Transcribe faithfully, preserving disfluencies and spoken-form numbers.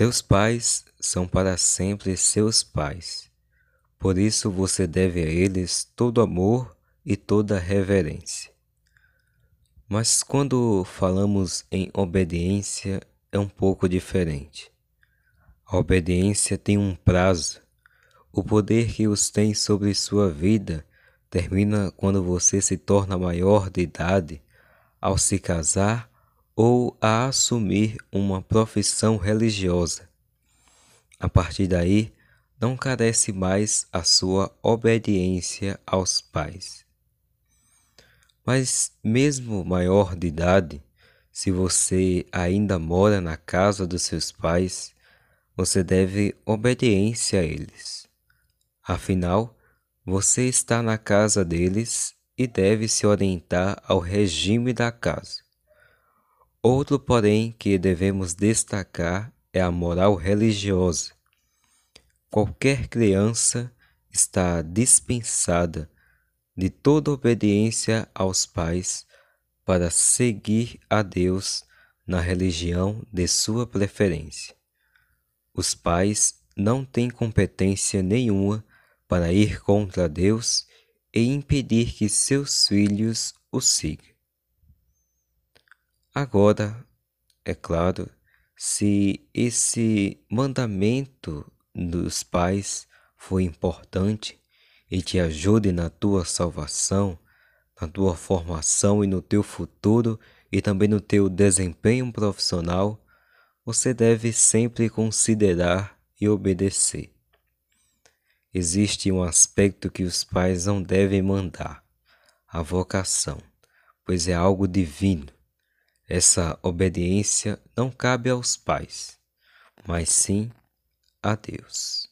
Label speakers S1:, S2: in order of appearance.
S1: Seus pais são para sempre seus pais. Por isso você deve a eles todo amor e toda reverência. Mas quando falamos em obediência, é um pouco diferente. A obediência tem um prazo. O poder que os tem sobre sua vida termina quando você se torna maior de idade, ao se casar ou a assumir uma profissão religiosa. A partir daí, não carece mais a sua obediência aos pais. Mas mesmo maior de idade, se você ainda mora na casa dos seus pais, você deve obediência a eles. Afinal, você está na casa deles e deve se orientar ao regime da casa. Outro, porém, que devemos destacar é a moral religiosa. Qualquer criança está dispensada de toda obediência aos pais para seguir a Deus na religião de sua preferência. Os pais não têm competência nenhuma para ir contra Deus e impedir que seus filhos o sigam. Agora, é claro, se esse mandamento dos pais foi importante e te ajude na tua salvação, na tua formação e no teu futuro e também no teu desempenho profissional, você deve sempre considerar e obedecer. Existe um aspecto que os pais não devem mandar, a vocação, pois é algo divino. Essa obediência não cabe aos pais, mas sim a Deus.